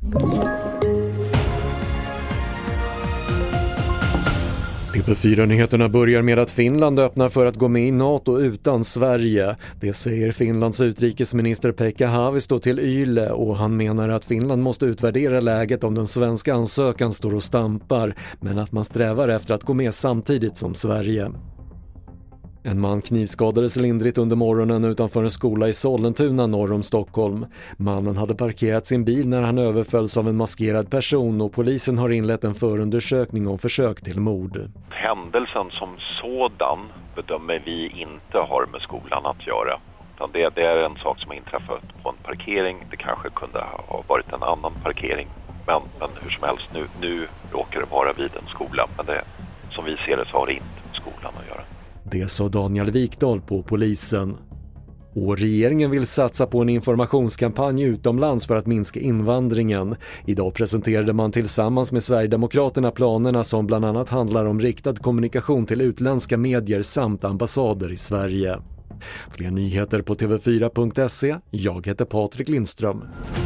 TV4-nyheterna börjar med att Finland öppnar för att gå med i NATO utan Sverige. Det säger Finlands utrikesminister Pekka Haavisto till Yle, och han menar att Finland måste utvärdera läget om den svenska ansökan står och stampar, men att man strävar efter att gå med samtidigt som Sverige. En man knivskadades lindrigt under morgonen utanför en skola i Sollentuna norr om Stockholm. Mannen hade parkerat sin bil när han överfölls av en maskerad person, och polisen har inlett en förundersökning om försök till mord. Händelsen som sådan bedömer vi inte har med skolan att göra. Det är en sak som har inträffat på en parkering. Det kanske kunde ha varit en annan parkering. Men hur som helst, nu råkar det vara vid en skola. Men som vi ser det så har det inte med skolan att göra. Det sa Daniel Wikdahl på polisen. Och regeringen vill satsa på en informationskampanj utomlands för att minska invandringen. Idag presenterade man tillsammans med Sverigedemokraterna planerna som bland annat handlar om riktad kommunikation till utländska medier samt ambassader i Sverige. Fler nyheter på tv4.se. Jag heter Patrik Lindström.